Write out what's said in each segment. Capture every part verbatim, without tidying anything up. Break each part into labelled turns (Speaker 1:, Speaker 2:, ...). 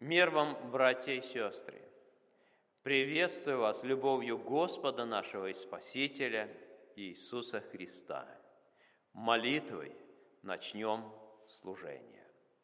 Speaker 1: Мир вам, братья и сестры! Приветствую вас любовью Господа нашего и Спасителя Иисуса Христа. Молитвой начнем служение.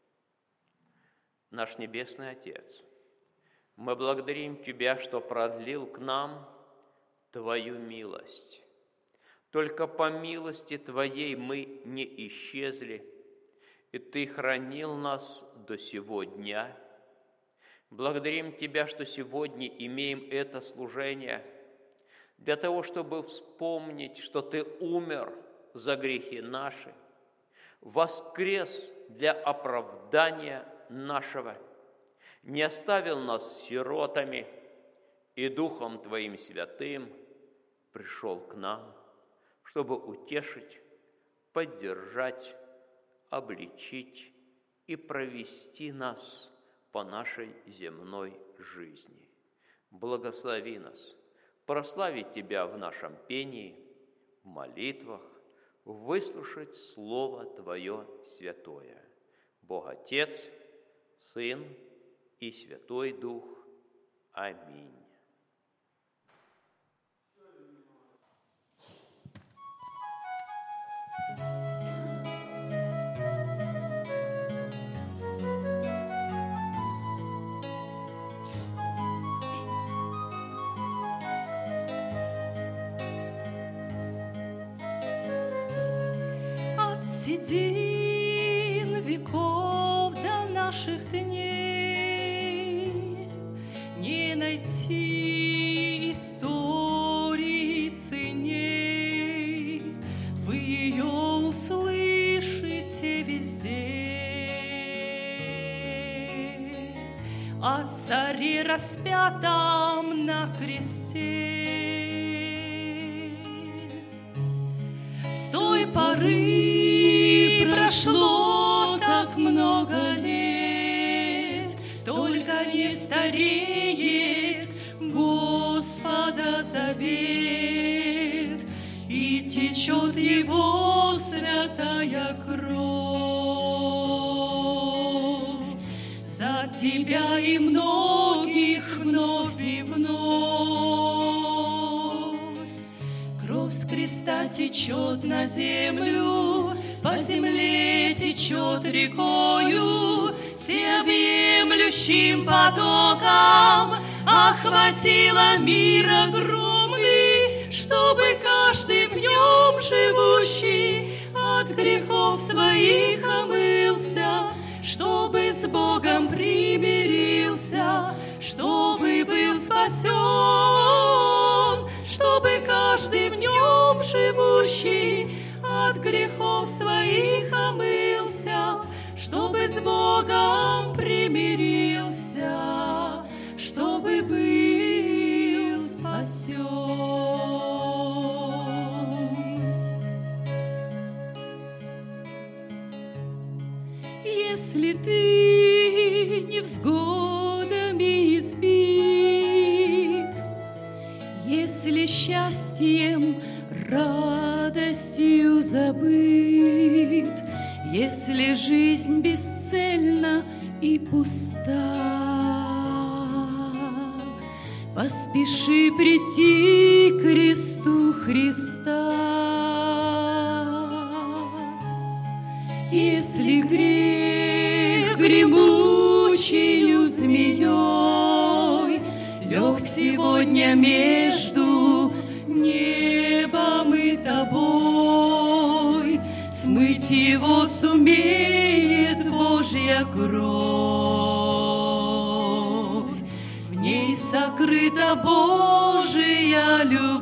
Speaker 1: Наш Небесный Отец, мы благодарим Тебя, что продлил к нам Твою милость. Только по милости Твоей мы не исчезли, и Ты хранил нас до сего дня. Благодарим Тебя, что сегодня имеем это служение для того, чтобы вспомнить, что Ты умер за грехи наши, воскрес для оправдания нашего, не оставил нас сиротами и Духом Твоим Святым пришел к нам, чтобы утешить, поддержать, обличить и провести нас по нашей земной жизни. Благослови нас, прославить Тебя в нашем пении, в молитвах, выслушать Слово Твое святое. Бог Отец, Сын и Святой Дух. Аминь.
Speaker 2: Седин веков до наших дней не найти истории ценней, вы ее услышите везде. О царе распятом на кресте с той поры прошло так много лет, только не стареет Господа завет, и течет Его святая кровь за тебя и многих вновь и вновь. Кровь с креста течет на землю, по земле течет рекою, всеобъемлющим потоком охватила мир огромный, чтобы каждый в нем живущий от грехов своих омылся, чтобы с Богом примирился, чтобы был спасен, чтобы каждый в нем живущий от грехов своих омылся, чтобы с Богом примирился, чтобы был спасен. Если ты невзгодами избит, если счастьем радостью забыт, если жизнь бесцельна и пуста, поспеши прийти к кресту Христа. Если грех гремучею змеей лег сегодня между небом и тобой, смыть его сумеет Божья кровь, в ней сокрыта Божья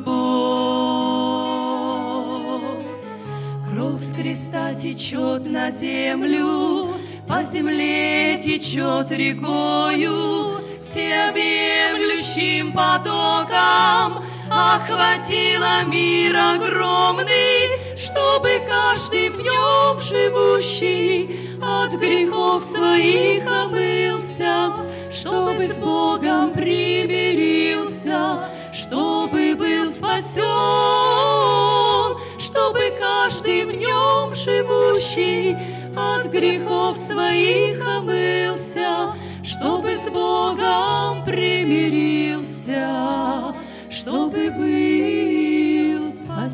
Speaker 2: любовь. Кровь с креста течет на землю, по земле течет рекою, всеобъемлющим потоком охватила мир огромный, чтобы каждый в нем живущий от грехов своих омылся, чтобы с Богом примирился, чтобы был спасен, чтобы каждый в нем живущий от грехов своих омылся, чтобы с Богом примирился, чтобы был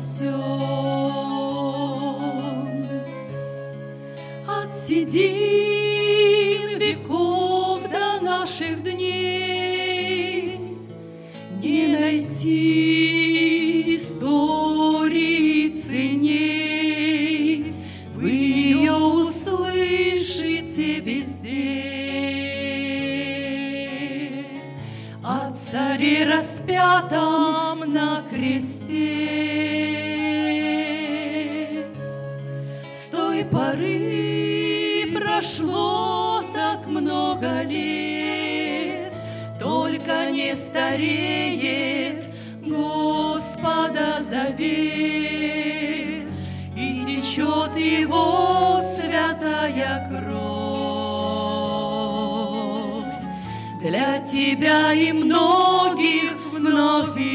Speaker 2: спасен. От седин веков до наших дней не найти истории ценней, вы ее услышите везде. О царе распятом на кресте. С той поры прошло так много лет, только не стареет Господа завет, и течет его святая кровь для тебя и многих вновь и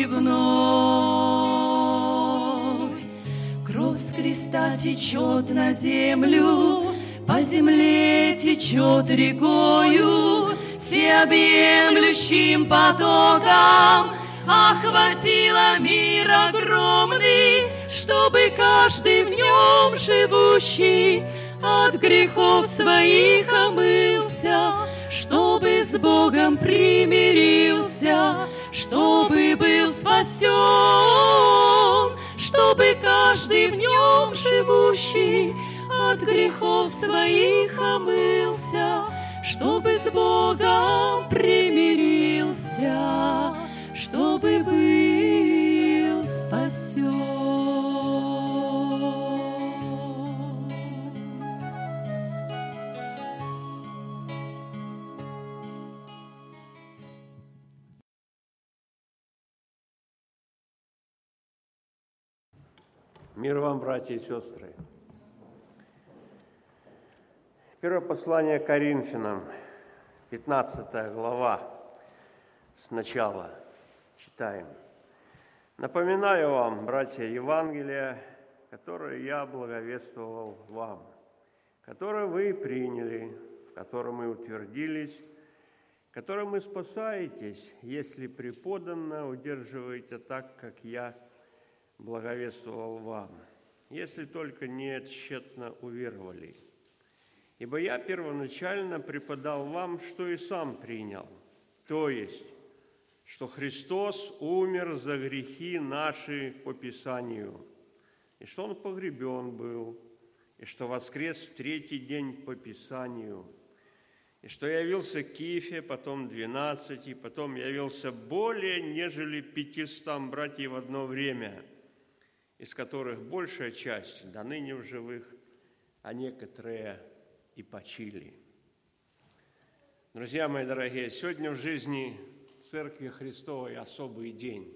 Speaker 2: вновь. Кровь с креста течет на землю, по земле течет рекою, всеобъемлющим потоком охватила мир огромный, чтобы каждый в нем живущий от грехов своих омылся, чтобы с Богом примирился, чтобы был спасен, чтобы каждый в нем живущий от грехов своих омылся, чтобы с Богом примирился, чтобы был спасен.
Speaker 3: Мир вам, братья и сестры. Первое послание Коринфянам, пятнадцатая глава, сначала читаем. «Напоминаю вам, братья, Евангелие, которое я благовествовал вам, которое вы приняли, в котором и утвердились, которым и спасаетесь, если преподанно удерживаете так, как я благовествовал вам, если только не тщетно уверовали. Ибо я первоначально преподал вам, что и сам принял, то есть, что Христос умер за грехи наши по Писанию, и что Он погребен был, и что воскрес в третий день по Писанию, и что явился Кифе, потом двенадцати, потом явился более, нежели пятистам братьев в одно время, из которых большая часть до ныне в живых, а некоторые и почили». Друзья мои дорогие, сегодня в жизни Церкви Христовой особый день.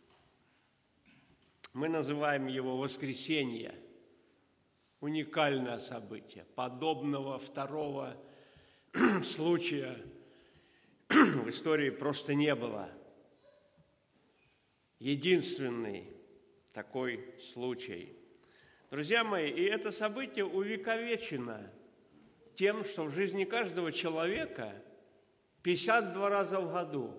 Speaker 3: Мы называем его воскресенье. Уникальное событие. Подобного второго случая в истории просто не было. Единственный такой случай. Друзья мои, и это событие увековечено тем, что в жизни каждого человека пятьдесят два раза в году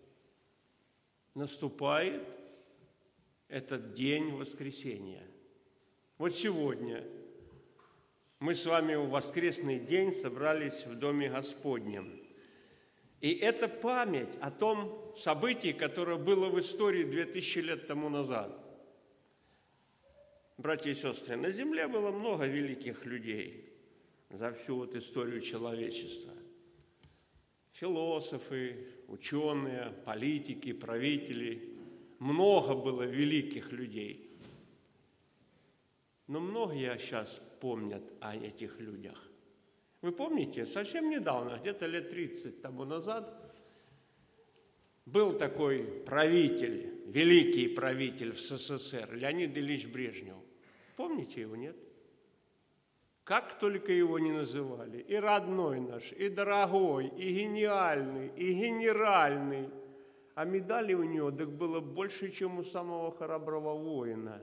Speaker 3: наступает этот день воскресения. Вот сегодня мы с вами в воскресный день собрались в Доме Господнем. И это память о том событии, которое было в истории две тысячи лет тому назад. Братья и сестры, на земле было много великих людей за всю вот историю человечества. Философы, ученые, политики, правители. Много было великих людей. Но многие сейчас помнят о этих людях. Вы помните, совсем недавно, где-то лет тридцать тому назад, был такой правитель, великий правитель в СССР, Леонид Ильич Брежнев. Помните его, нет? Как только его не называли, и родной наш, и дорогой, и гениальный, и генеральный. А медалей у него так было больше, чем у самого храброго воина.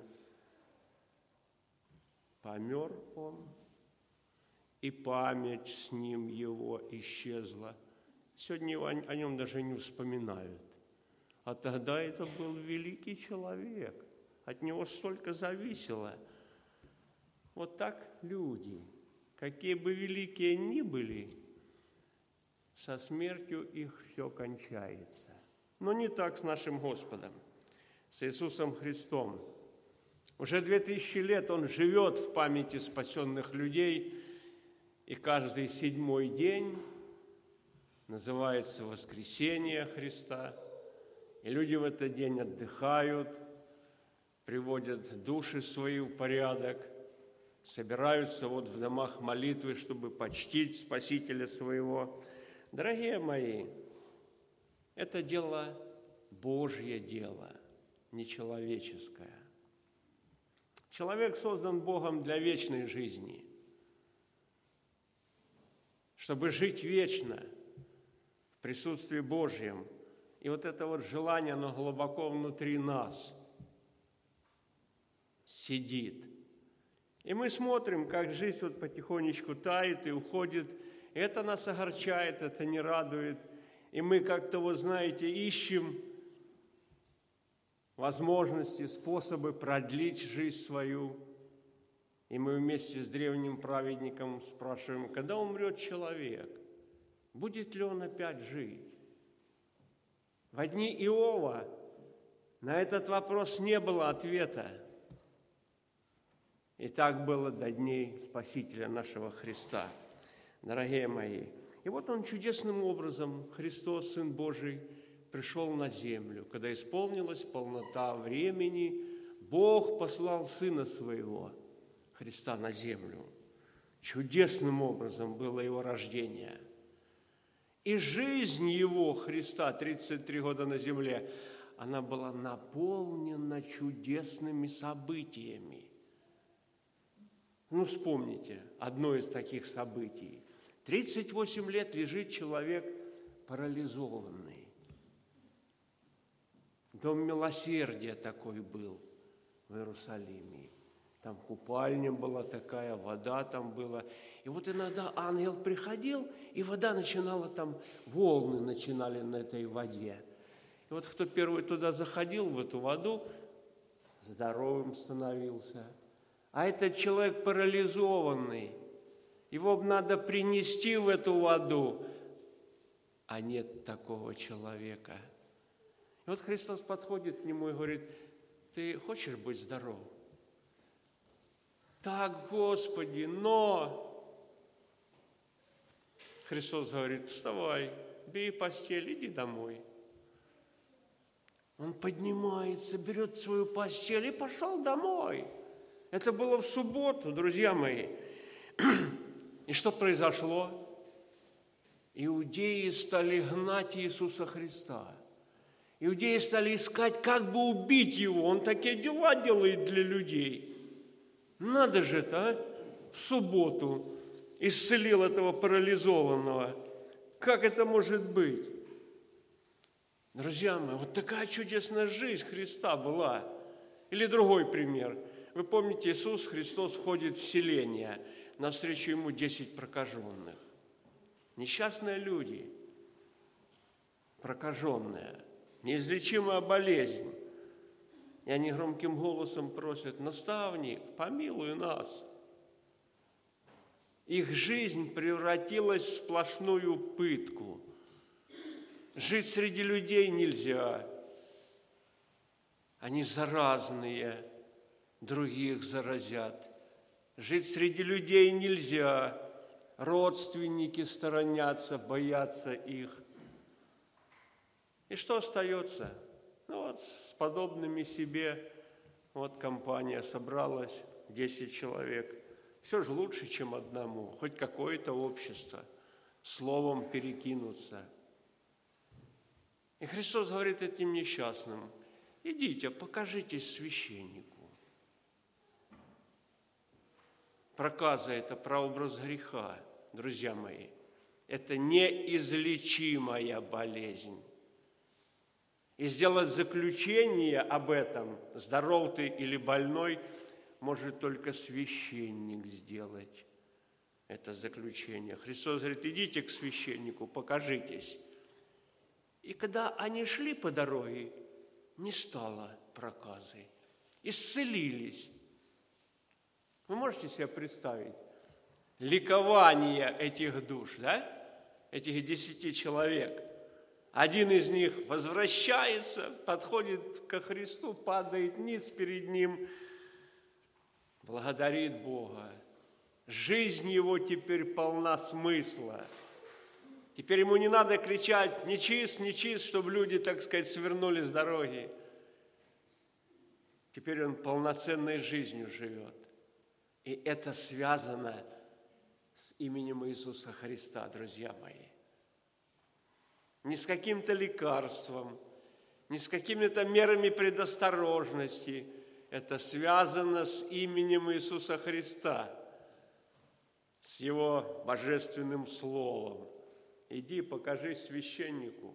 Speaker 3: Помер он, и память с ним его исчезла Сегодня о нем даже не вспоминают. А тогда это был великий человек. От него столько зависело. Вот так люди, какие бы великие ни были, со смертью их все кончается. Но не так с нашим Господом, с Иисусом Христом. Уже две тысячи лет Он живет в памяти спасенных людей, и каждый седьмой день называется воскресение Христа. И люди в этот день отдыхают, приводят души свои в порядок, собираются вот в домах молитвы, чтобы почтить Спасителя своего. Дорогие мои, это дело Божье дело, не человеческое. Человек создан Богом для вечной жизни, чтобы жить вечно в присутствии Божьем. И вот это вот желание, оно глубоко внутри нас сидит. И мы смотрим, как жизнь вот потихонечку тает и уходит. И это нас огорчает, это не радует. И мы как-то, вот знаете, ищем возможности, способы продлить жизнь свою. И мы вместе с древним праведником спрашиваем, когда умрет человек, будет ли он опять жить? В дни Иова на этот вопрос не было ответа. И так было до дней Спасителя нашего Христа, дорогие мои. И вот Он чудесным образом, Христос, Сын Божий, пришел на землю. Когда исполнилась полнота времени, Бог послал Сына Своего, Христа, на землю. Чудесным образом было Его рождение. И жизнь Его, Христа, тридцать три года на земле, она была наполнена чудесными событиями. Ну, вспомните одно из таких событий. тридцать восемь лет лежит человек парализованный. Дом милосердия такой был в Иерусалиме. Там купальня была такая, вода там была. И вот иногда ангел приходил, и вода начинала там, волны начинали на этой воде. И вот кто первый туда заходил, в эту воду, здоровым становился. А этот человек парализованный, его надо принести в эту воду, а нет такого человека. И вот Христос подходит к нему и говорит, ты хочешь быть здоров? Так, Господи, но... Христос говорит, вставай, бери постель, иди домой. Он поднимается, берет свою постель и пошел домой. Это было в субботу, друзья мои. И что произошло? Иудеи стали гнать Иисуса Христа. Иудеи стали искать, как бы убить Его. Он такие дела делает для людей. Надо же это, а? В субботу исцелил этого парализованного. Как это может быть? Друзья мои, вот такая чудесная жизнь Христа была. Или другой пример. Вы помните, Иисус Христос входит в селение. Навстречу Ему десять прокаженных. Несчастные люди, прокаженные, неизлечимая болезнь. И они громким голосом просят, наставник, помилуй нас. Их жизнь превратилась в сплошную пытку. Жить среди людей нельзя. Они заразные, других заразят. Жить среди людей нельзя. Родственники сторонятся, боятся их. И что остается? Ну вот с подобными себе, вот компания собралась, десять человек. Все же лучше, чем одному, хоть какое-то общество, словом перекинуться. И Христос говорит этим несчастным, идите, покажитесь священнику. Проказа – это прообраз греха, друзья мои. Это неизлечимая болезнь. И сделать заключение об этом, здоров ты или больной, может только священник сделать это заключение. Христос говорит, идите к священнику, покажитесь. И когда они шли по дороге, не стало проказы. Исцелились. Вы можете себе представить ликование этих душ, да? Этих десяти человек. Один из них возвращается, подходит ко Христу, падает ниц перед Ним, благодарит Бога. Жизнь его теперь полна смысла. Теперь ему не надо кричать «нечист, нечист», чтобы люди, так сказать, свернули с дороги. Теперь он полноценной жизнью живет. И это связано с именем Иисуса Христа, друзья мои. Не с каким-то лекарством, не с какими-то мерами предосторожности. Это связано с именем Иисуса Христа, с Его божественным Словом. Иди, покажись священнику.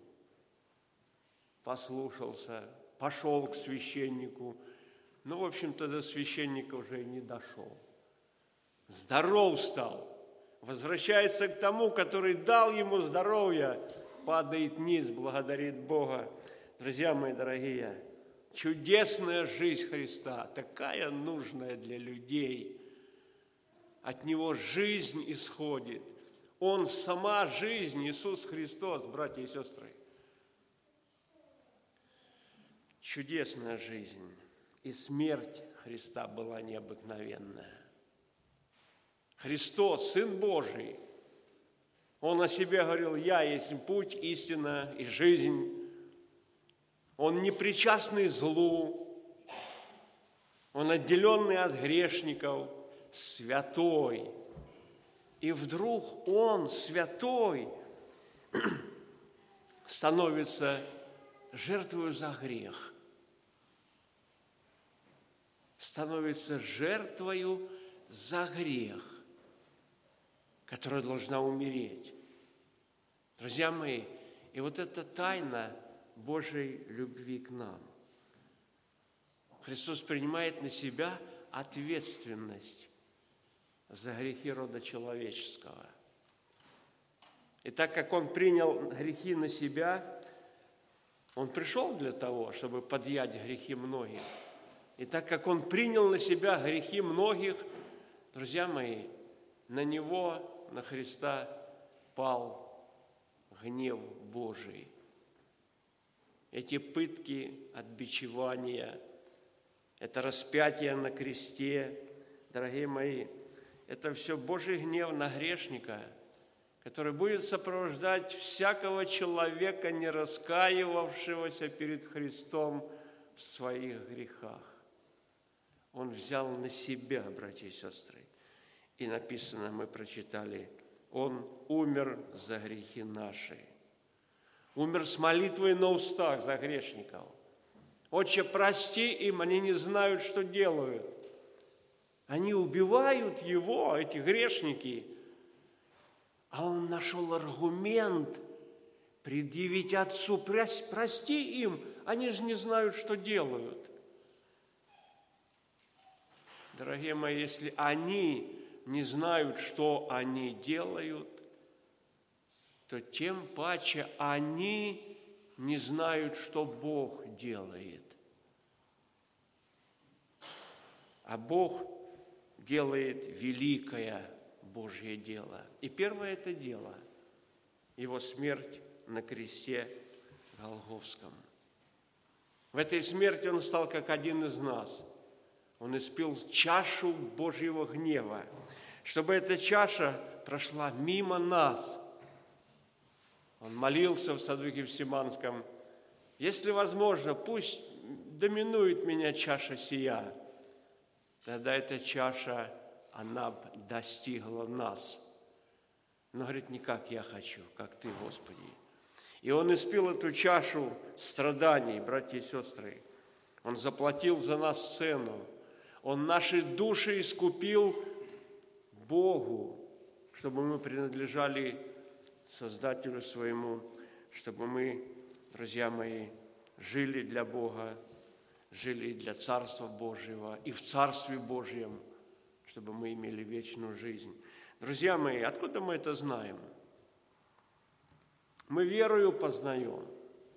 Speaker 3: Послушался, пошел к священнику. Ну, в общем-то, до священника уже и не дошел. Здоров стал. Возвращается к тому, который дал ему здоровье. Падает ниц, благодарит Бога. Друзья мои дорогие, чудесная жизнь Христа, такая нужная для людей. От Него жизнь исходит. Он сама жизнь, Иисус Христос, братья и сестры. Чудесная жизнь. И смерть Христа была необыкновенная. Христос, Сын Божий, Он о себе говорил: «Я есть путь, истина и жизнь». Он не причастный злу, Он отделенный от грешников, святой. И вдруг Он, святой, становится жертвою за грех, становится жертвою за грех, которая должна умереть. Друзья мои, и вот эта тайна Божьей любви к нам. Христос принимает на себя ответственность за грехи рода человеческого. И так как Он принял грехи на себя, Он пришел для того, чтобы подъять грехи многих. И так как Он принял на себя грехи многих, друзья мои, на Него, на Христа, пал гнев Божий. Эти пытки, отбичевания, это распятие на кресте, дорогие мои, это все Божий гнев на грешника, который будет сопровождать всякого человека, не раскаивавшегося перед Христом в своих грехах. Он взял на себя, братья и сестры. И написано, мы прочитали, Он умер за грехи наши. Умер с молитвой на устах за грешников. Отче, прости им, они не знают, что делают. Они убивают Его, эти грешники. А Он нашел аргумент предъявить Отцу: прости им, они же не знают, что делают. Дорогие мои, если они не знают, что они делают, то тем паче они не знают, что Бог делает. А Бог делает великое Божье дело. И первое это дело – Его смерть на кресте Голгофском. В этой смерти Он стал как один из нас. Он испил чашу Божьего гнева, чтобы эта чаша прошла мимо нас. Он молился в саду Гефсиманском: если возможно, пусть доминует меня чаша сия. Тогда эта чаша, она достигла нас. Но, говорит, не как я хочу, как Ты, Господи. И Он испил эту чашу страданий, братья и сестры. Он заплатил за нас цену. Он наши души искупил Богу, чтобы мы принадлежали Создателю своему, чтобы мы, друзья мои, жили для Бога, жили для Царства Божьего и в Царстве Божьем, чтобы мы имели вечную жизнь. Друзья мои, откуда мы это знаем? Мы верою познаем.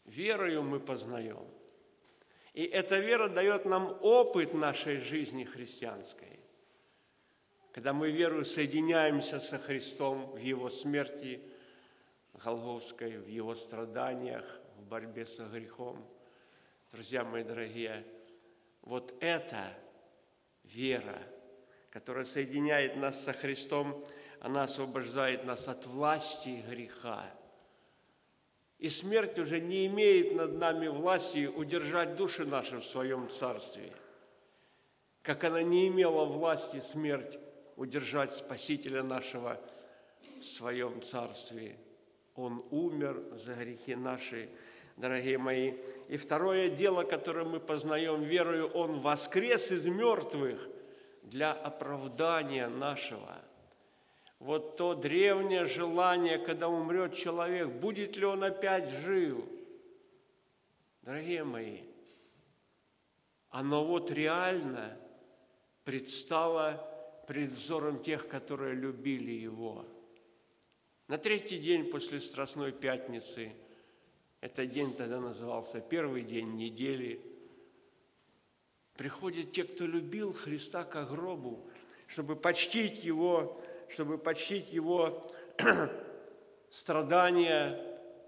Speaker 3: Верою мы познаем. И эта вера дает нам опыт нашей жизни христианской. Когда мы верою соединяемся со Христом в Его смерти Голгофской, в Его страданиях, в борьбе со грехом. Друзья мои дорогие, вот эта вера, которая соединяет нас со Христом, она освобождает нас от власти греха. И смерть уже не имеет над нами власти удержать души наши в своем царстве, как она не имела власти, смерть, удержать Спасителя нашего в своем царстве. Он умер за грехи наши, дорогие мои. И второе дело, которое мы познаем верою, Он воскрес из мертвых для оправдания нашего. Вот то древнее желание, когда умрет человек, будет ли он опять жив? Дорогие мои, оно вот реально предстало пред взором тех, которые любили Его. На третий день после Страстной Пятницы, этот день тогда назывался первый день недели, приходят те, кто любил Христа ко гробу, чтобы почтить Его, чтобы почтить Его страдания,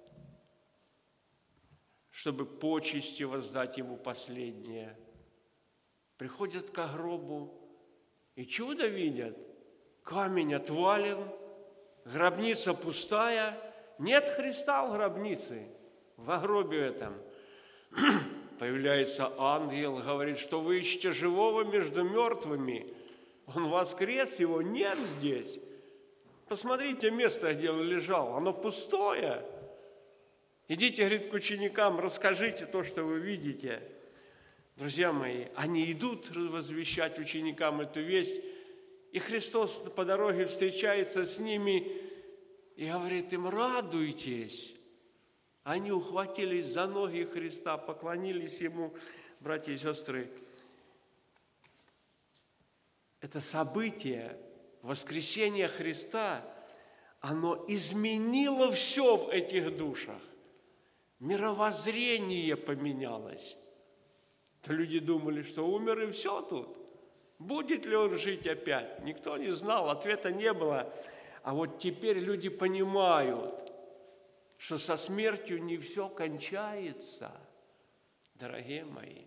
Speaker 3: чтобы почести воздать Ему последнее. Приходят ко гробу и чудо видят. Камень отвален, гробница пустая, нет Христа в гробнице, в гробе этом. Появляется ангел, говорит, что вы ищете живого между мертвыми. Он воскрес, его нет здесь. Посмотрите место, где он лежал, оно пустое. Идите, говорит, к ученикам, расскажите то, что вы видите. Друзья мои, они идут возвещать ученикам эту весть, и Христос по дороге встречается с ними и говорит им: радуйтесь. Они ухватились за ноги Христа, поклонились Ему, братья и сестры. Это событие воскресения Христа, оно изменило все в этих душах. Мировоззрение поменялось. То люди думали, что умер и все тут. Будет ли он жить опять? Никто не знал, ответа не было. А вот теперь люди понимают, что со смертью не все кончается, дорогие мои.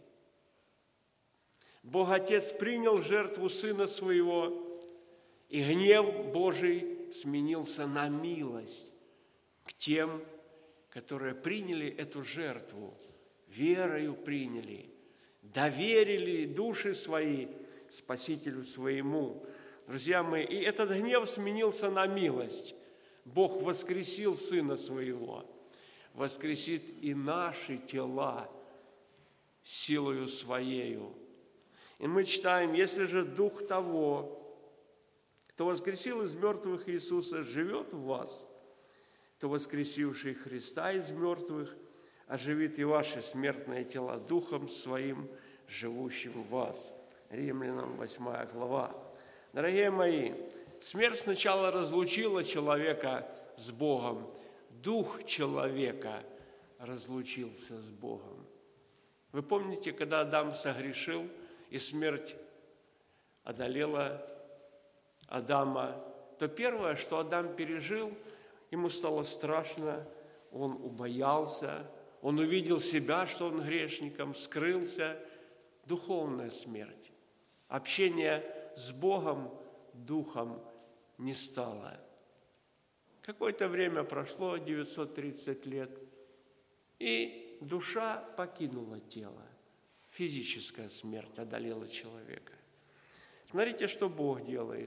Speaker 3: Бог Отец принял жертву Сына Своего, и гнев Божий сменился на милость к тем, которые приняли эту жертву, верою приняли, доверили души свои Спасителю своему. Друзья мои, и этот гнев сменился на милость. Бог воскресил Сына Своего, воскресит и наши тела силою Своею. И мы читаем: если же Дух того, кто воскресил из мертвых Иисуса, живет в вас, то воскресивший Христа из мертвых оживит и ваши смертные тела Духом Своим, живущим в вас. Римлянам восьмая глава. Дорогие мои, смерть сначала разлучила человека с Богом, дух человека разлучился с Богом. Вы помните, когда Адам согрешил, и смерть одолела Адама, то первое, что Адам пережил, ему стало страшно, он убоялся, он увидел себя, что он грешником, скрылся. Духовная смерть. Общение с Богом, Духом не стало. Какое-то время прошло, девятьсот тридцать лет, и душа покинула тело. Физическая смерть одолела человека. Смотрите, что Бог делает.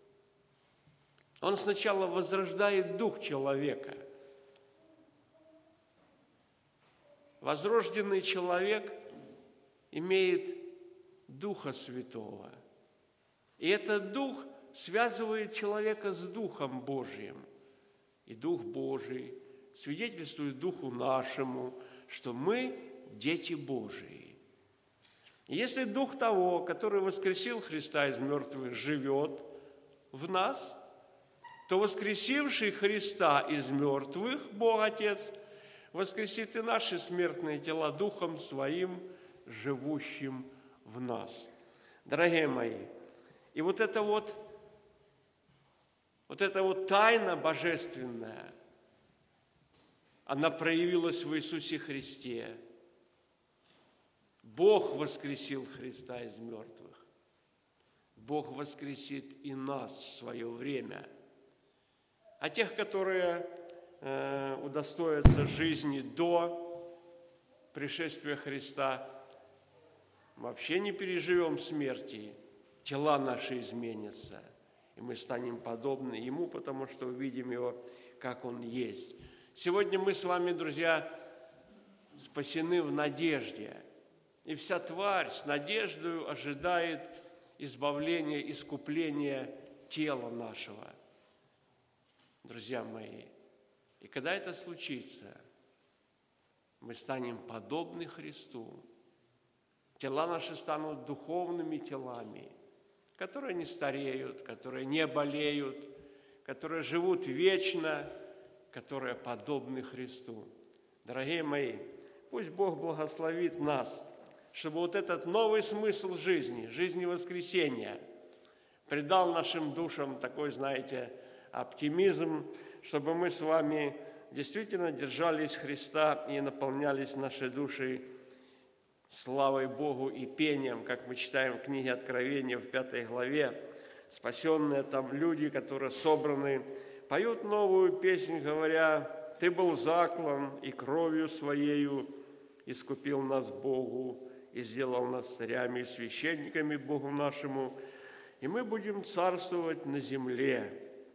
Speaker 3: Он сначала возрождает дух человека. Возрожденный человек имеет Духа Святого. И этот Дух связывает человека с Духом Божьим. И Дух Божий свидетельствует Духу нашему, что мы дети Божии. И если Дух того, который воскресил Христа из мертвых, живет в нас, то воскресивший Христа из мертвых, Бог Отец, воскресит и наши смертные тела Духом Своим, живущим в нас. Дорогие мои, и вот это вот, вот эта вот тайна божественная, она проявилась в Иисусе Христе. Бог воскресил Христа из мертвых. Бог воскресит и нас в свое время. А тех, которые э, удостоятся жизни до пришествия Христа, вообще не переживем смерти. Тела наши изменятся, и мы станем подобны Ему, потому что увидим Его, как Он есть. Сегодня мы с вами, друзья, спасены в надежде. И вся тварь с надеждой ожидает избавления, искупления тела нашего. Друзья мои, и когда это случится, мы станем подобны Христу. Тела наши станут духовными телами, которые не стареют, которые не болеют, которые живут вечно, которые подобны Христу. Дорогие мои, пусть Бог благословит нас, чтобы вот этот новый смысл жизни, жизни воскресения, придал нашим душам такой, знаете, оптимизм, чтобы мы с вами действительно держались Христа и наполнялись нашей душей славой Богу и пением, как мы читаем в книге Откровения в пятой главе. Спасенные там люди, которые собраны, поют новую песнь, говоря: «Ты был заклан, и кровью Своею искупил нас Богу, и сделал нас царями и священниками Богу нашему, и мы будем царствовать на земле».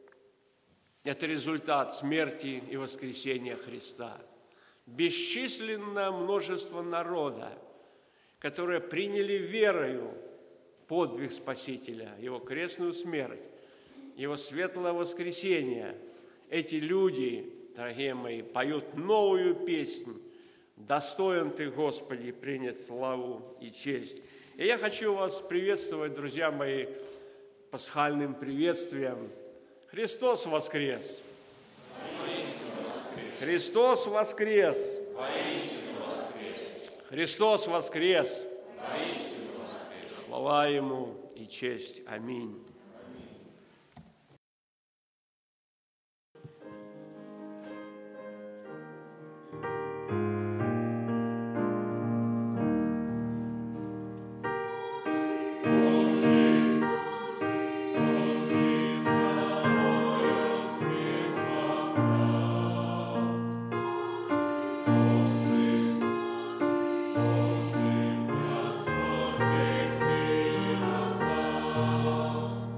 Speaker 3: Это результат смерти и воскресения Христа. Бесчисленное множество народа, которые приняли верою подвиг Спасителя, Его крестную смерть, Его светлое воскресение. Эти люди, дорогие мои, поют новую песнь: «Достоин Ты, Господи, принять славу и честь». И я хочу вас приветствовать, друзья мои, пасхальным приветствием. Христос воскрес! Христос воскрес! Христос воскрес! Хвала Ему и честь. Аминь.
Speaker 4: Господь, всех сил,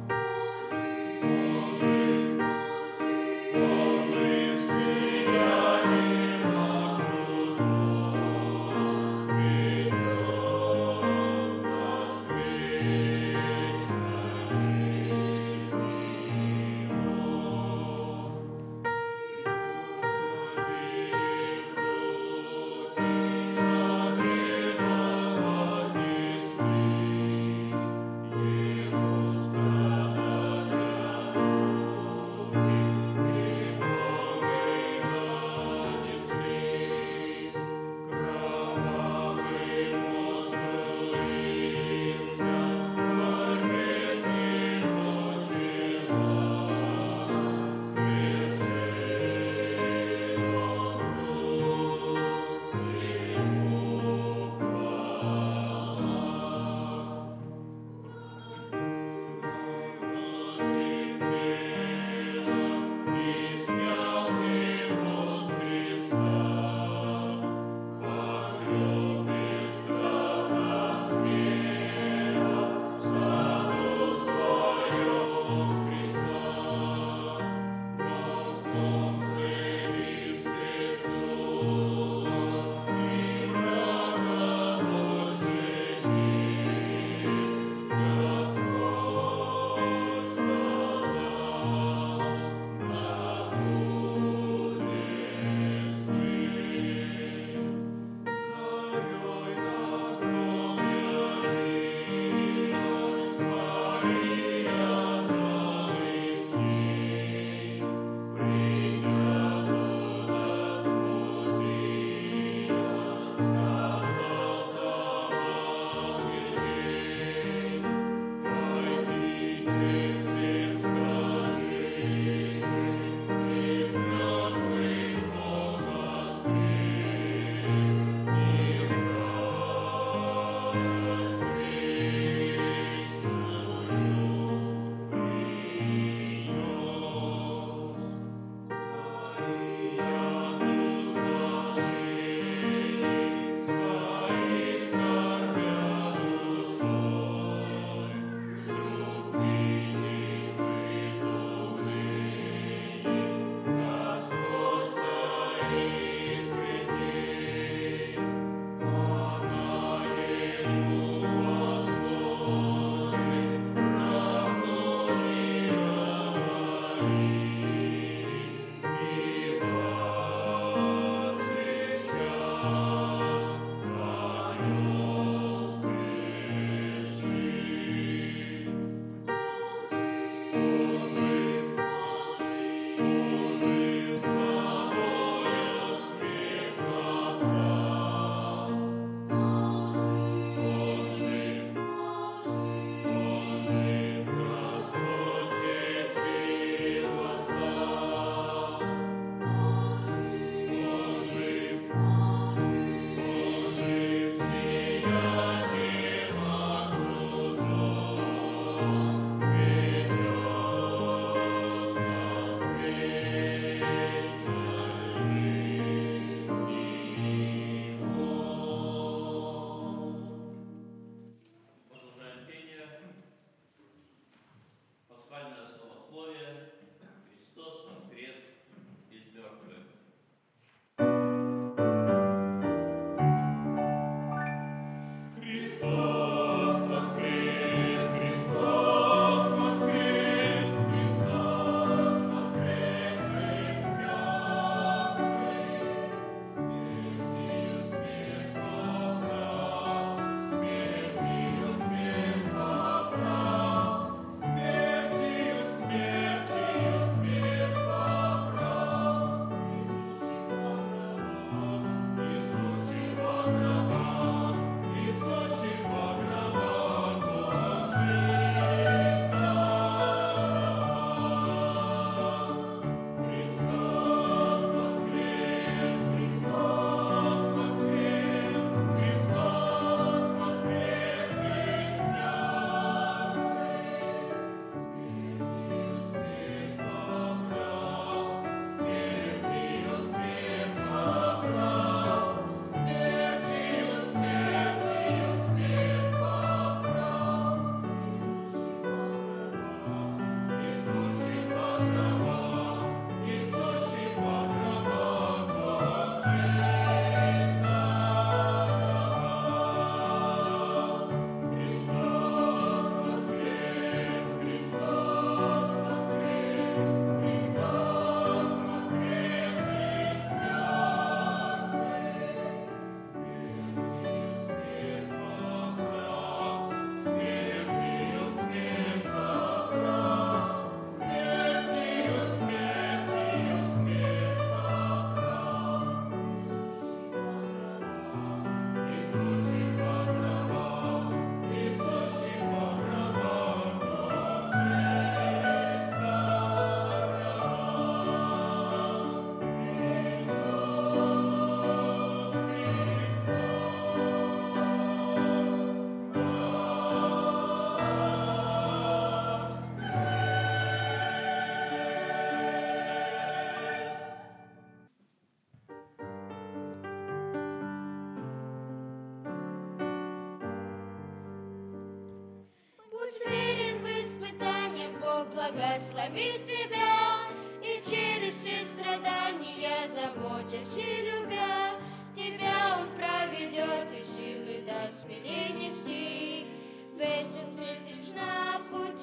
Speaker 4: благословит тебя, и через все страдания, заботясь и любя, тебя Он проведет и силы даст смелее нести, в этом встретишь на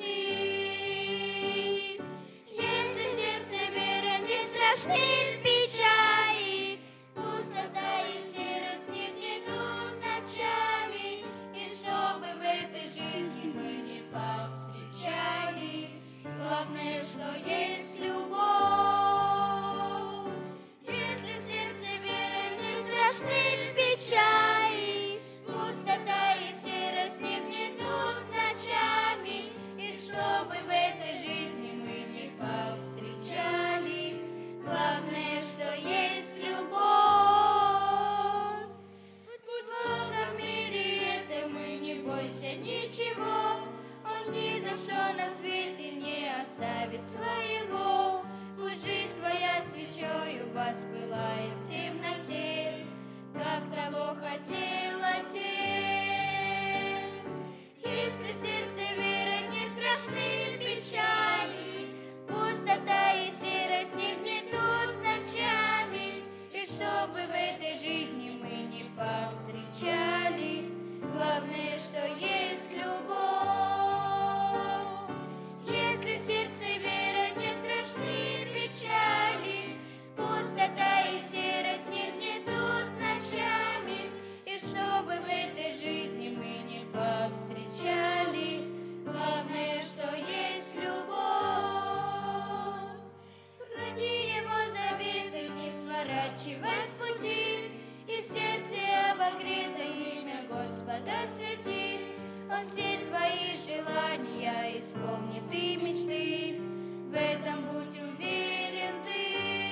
Speaker 4: пути. Если в сердце вера не страшны печали, пустота и серость не гнетут ночами, и чтобы в этой жизни мы не повстречали, главное, что есть любовь. Если в сердце вера не страшны печали, пустота и серость не гнетут ночами, и чтобы в этой жизни мы не повстречали, главное, что есть любовь. Будь в этом мире этом, и не бойся ничего, Он ни за что на свете не оставит своего. Пусть жизнь своя свечою воспылает в темноте, как того хотел Отец. Если в сердце вера не страшны печали, пустота и серость не гнетут ночами, и чтобы в этой жизни мы не повстречали, главное, что есть любовь. Если в сердце вера не страшны печали, пустота и серость не гнетут ночами, и чтобы в этой жизни мы не повстречали, главное, что есть любовь. Храни Его заветы, не сворачивай с пути, и в сердце обогрето имя Господа святи. Он все твои желания исполнит и мечты, в этом будь уверен ты.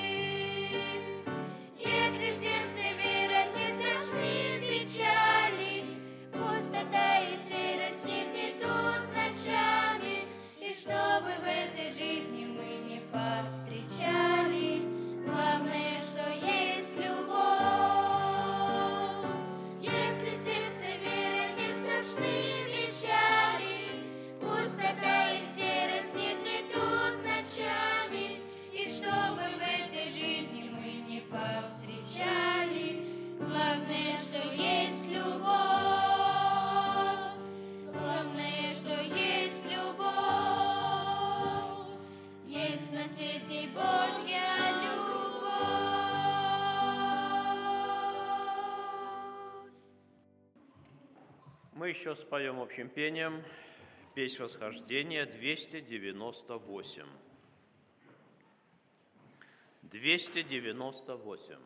Speaker 4: Если в сердце вера не страшны печали, пустота и серость не гнетут ночами, и чтобы в этой жизни мы не повстречали, главное, что есть любовь. Если в сердце вера не страшны печали, пустота и серость не гнетут ночами, и чтобы в этой жизни мы не повстречали, главное, что есть любовь. Главное, что есть любовь. Есть на свете Божья любовь.
Speaker 1: Мы еще споем общим пением песнь восхождения двести девяносто восемь. двести девяносто восемь.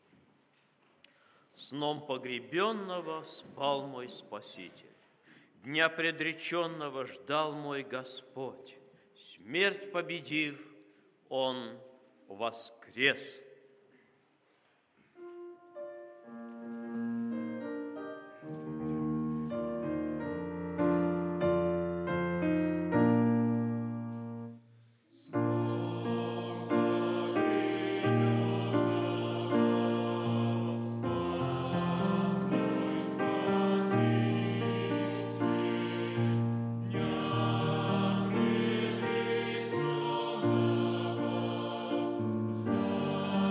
Speaker 1: Сном погребенного спал мой Спаситель, дня предреченного ждал мой Господь. Смерть победив, Он воскрес.
Speaker 4: Спаситель, дня предреченного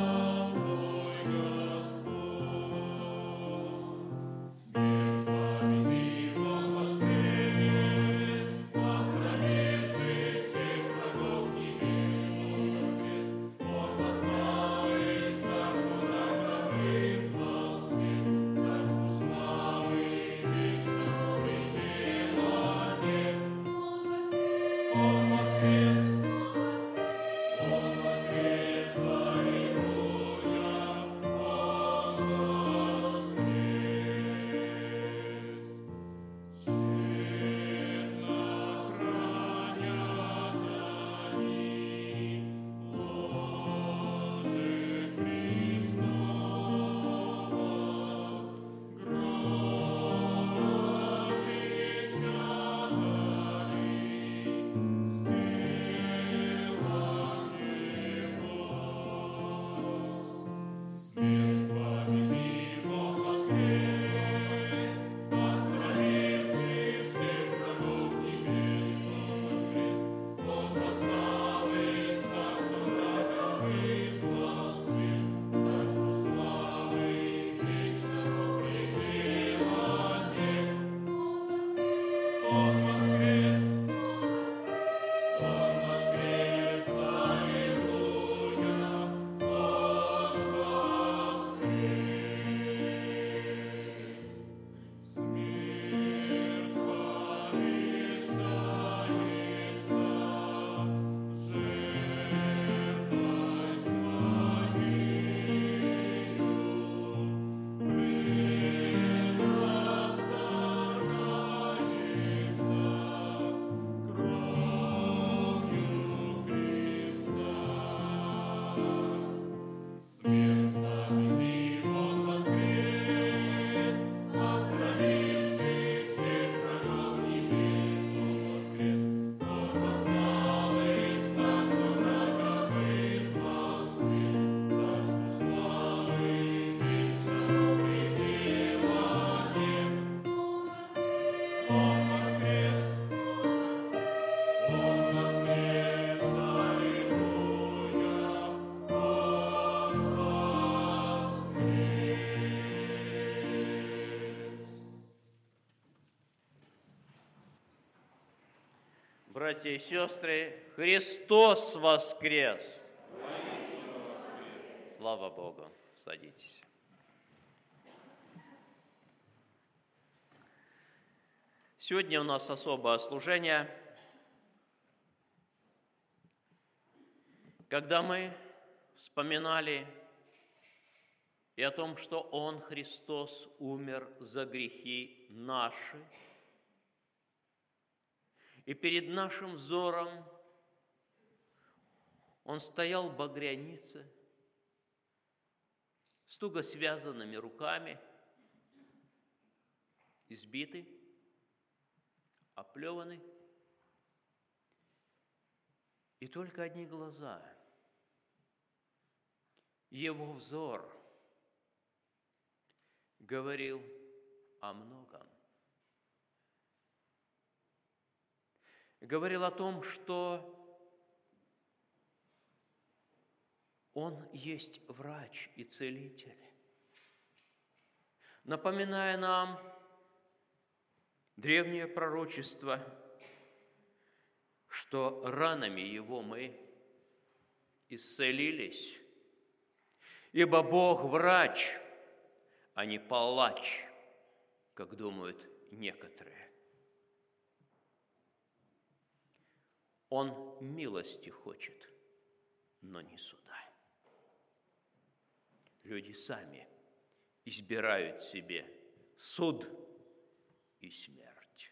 Speaker 1: Братья и сестры, Христос воскрес! Слава Богу! Садитесь. Сегодня у нас особое служение, когда мы вспоминали и о том, что Он, Христос, умер за грехи наши, и перед нашим взором Он стоял в багрянице с туго связанными руками, избитый, оплеванный, и только одни глаза, Его взор говорил о многом. Говорил о том, что Он есть врач и целитель, напоминая нам древнее пророчество, что ранами Его мы исцелились, ибо Бог врач, а не палач, как думают некоторые. Он милости хочет, но не суда. Люди сами избирают себе суд и смерть.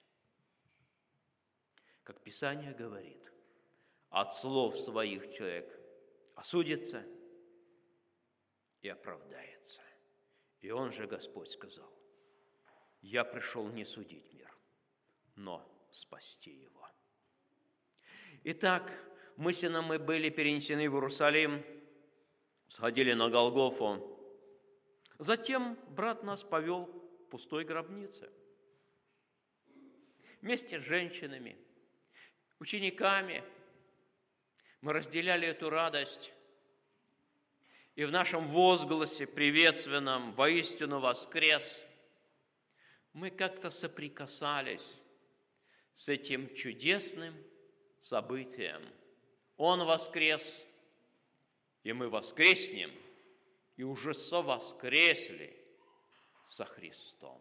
Speaker 1: Как Писание говорит, от слов своих человек осудится и оправдается. И Он же, Господь, сказал: «Я пришел не судить мир, но спасти его». Итак, мысленно мы были перенесены в Иерусалим, сходили на Голгофу. Затем брат нас повел к пустой гробнице. Вместе с женщинами, учениками мы разделяли эту радость. И в нашем возгласе приветственном «Воистину воскрес» мы как-то соприкасались с этим чудесным событием. Он воскрес, и мы воскреснем, и уже совоскресли со Христом.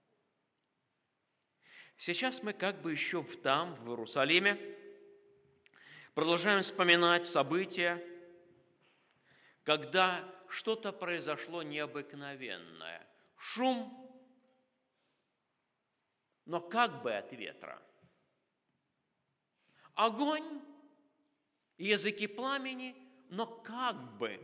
Speaker 1: Сейчас мы как бы еще там, в Иерусалиме, продолжаем вспоминать события, когда что-то произошло необыкновенное. Шум, но как бы от ветра. Огонь, языки пламени, но как бы.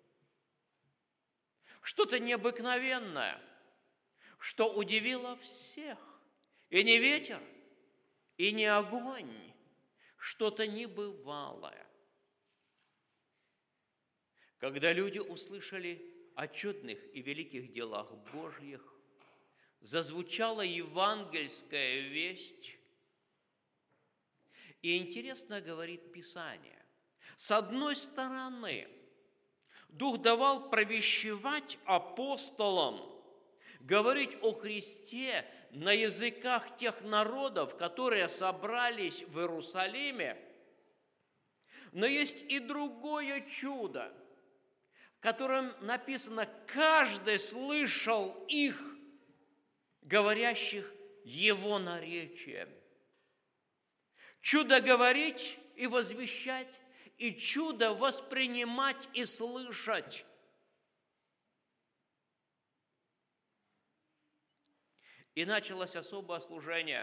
Speaker 1: Что-то необыкновенное, что удивило всех. И не ветер, и не огонь, что-то небывалое. Когда люди услышали о чудных и великих делах Божьих, зазвучала евангельская весть. И интересно говорит Писание. С одной стороны, Дух давал провещевать апостолам, говорить о Христе на языках тех народов, которые собрались в Иерусалиме. Но есть и другое чудо, в котором написано: каждый слышал их, говорящих его наречием. Чудо говорить и возвещать, и чудо воспринимать и слышать. И началось особое служение.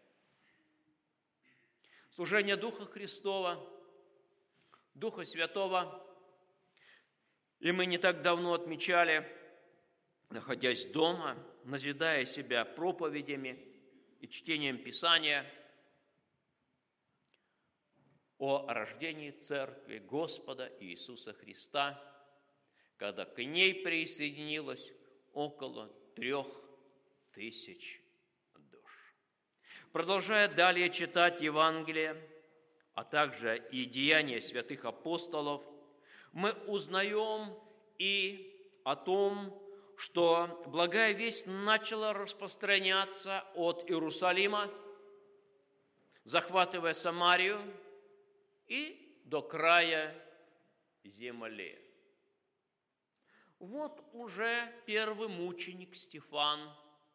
Speaker 1: Служение Духа Христова, Духа Святого. И мы не так давно отмечали, находясь дома, назидая себя проповедями и чтением Писания, о рождении Церкви Господа Иисуса Христа, когда к ней присоединилось около трех тысяч душ. Продолжая далее читать Евангелие, а также и деяния святых апостолов, мы узнаем и о том, что благая весть начала распространяться от Иерусалима захватывая Самарию и до края земли. Вот уже первый мученик Стефан.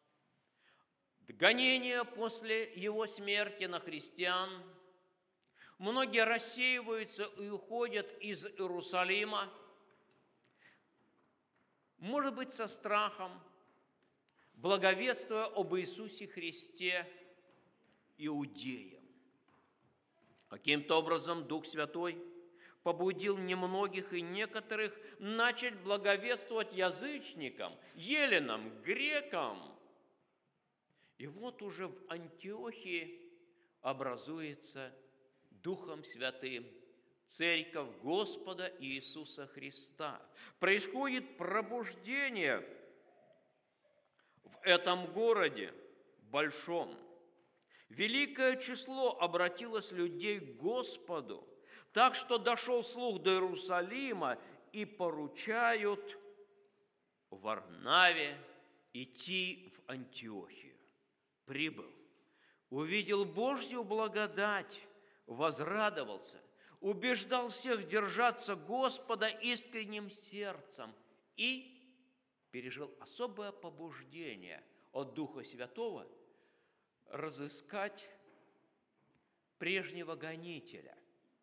Speaker 1: Гонения после его смерти на христиан. Многие рассеиваются и уходят из Иерусалима, может быть, со страхом, благовествуя об Иисусе Христе иудеям. Каким-то образом Дух Святой побудил немногих и некоторых начать благовествовать язычникам, еленам, грекам. И вот уже в Антиохии образуется Духом Святым Церковь Господа Иисуса Христа. Происходит пробуждение в этом городе большом. Великое число обратилось людей к Господу, так что дошел слух до Иерусалима, и поручают Варнаве идти в Антиохию. Прибыл, увидел Божью благодать, возрадовался, убеждал всех держаться Господа искренним сердцем и пережил особое побуждение от Духа Святого разыскать прежнего гонителя.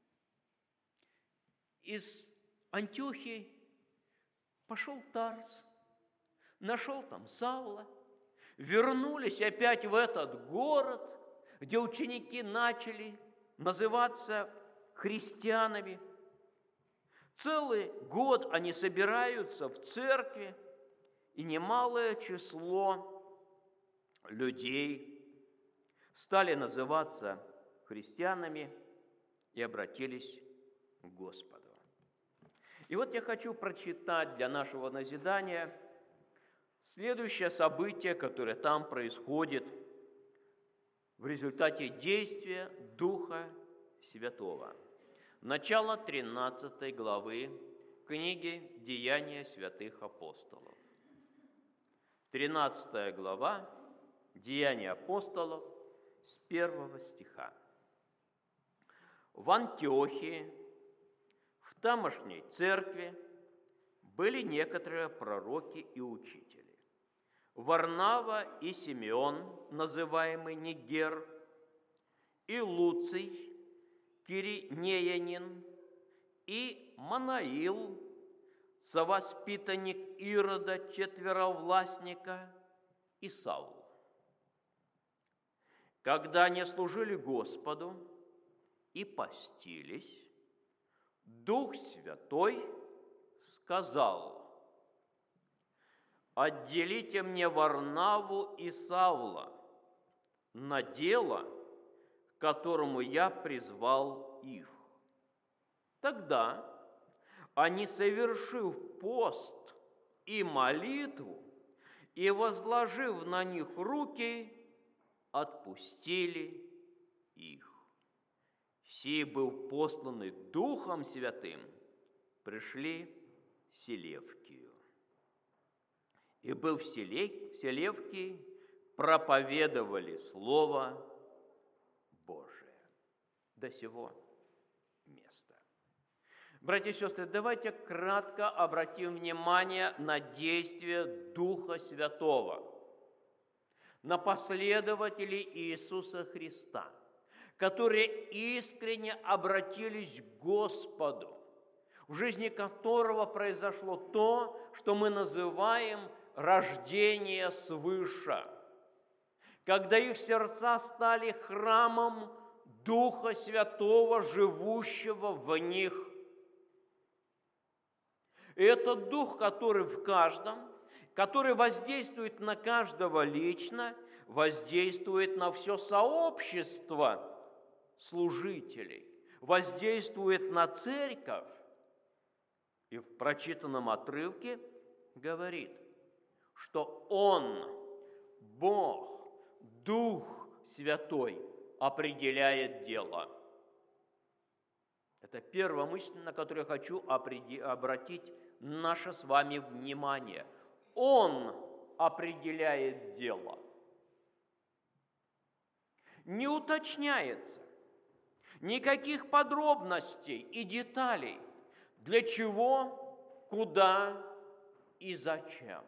Speaker 1: Из Антиохии пошел Тарс, нашел там Савла, вернулись опять в этот город, где ученики начали называться христианами. Целый год они собираются в церкви, и немалое число людей стали называться христианами и обратились к Господу. И вот я хочу прочитать для нашего назидания следующее событие, которое там происходит в результате действия Духа Святого. Начало тринадцатой главы книги «Деяния святых апостолов». тринадцатая глава «Деяния апостолов» с первого стиха. В Антиохии, в тамошней церкви, были некоторые пророки и учители. Варнава и Симеон, называемый Нигер, и Луций, Киринеянин, и Манаил, совоспитанник Ирода, четверовластника, и Саул. Когда они служили Господу и постились, Дух Святой сказал: «Отделите мне Варнаву и Савла на дело, к которому я призвал их». Тогда они, совершив пост и молитву, и возложив на них руки, отпустили их. Сей был посланы Духом Святым, пришли в Селевкию. И был в Селевкии, проповедовали Слово Божие. До сего места. Братья и сестры, давайте кратко обратим внимание на действие Духа Святого, на последователей Иисуса Христа, которые искренне обратились к Господу, в жизни которого произошло то, что мы называем рождение свыше, когда их сердца стали храмом Духа Святого, живущего в них. И этот Дух, который в каждом, который воздействует на каждого лично, воздействует на все сообщество служителей, воздействует на церковь. И в прочитанном отрывке говорит, что Он, Бог, Дух Святой, определяет дело. Это первая мысль, на которую я хочу обратить наше с вами внимание. Он определяет дело. не уточняется никаких подробностей и деталей, для чего, куда и зачем.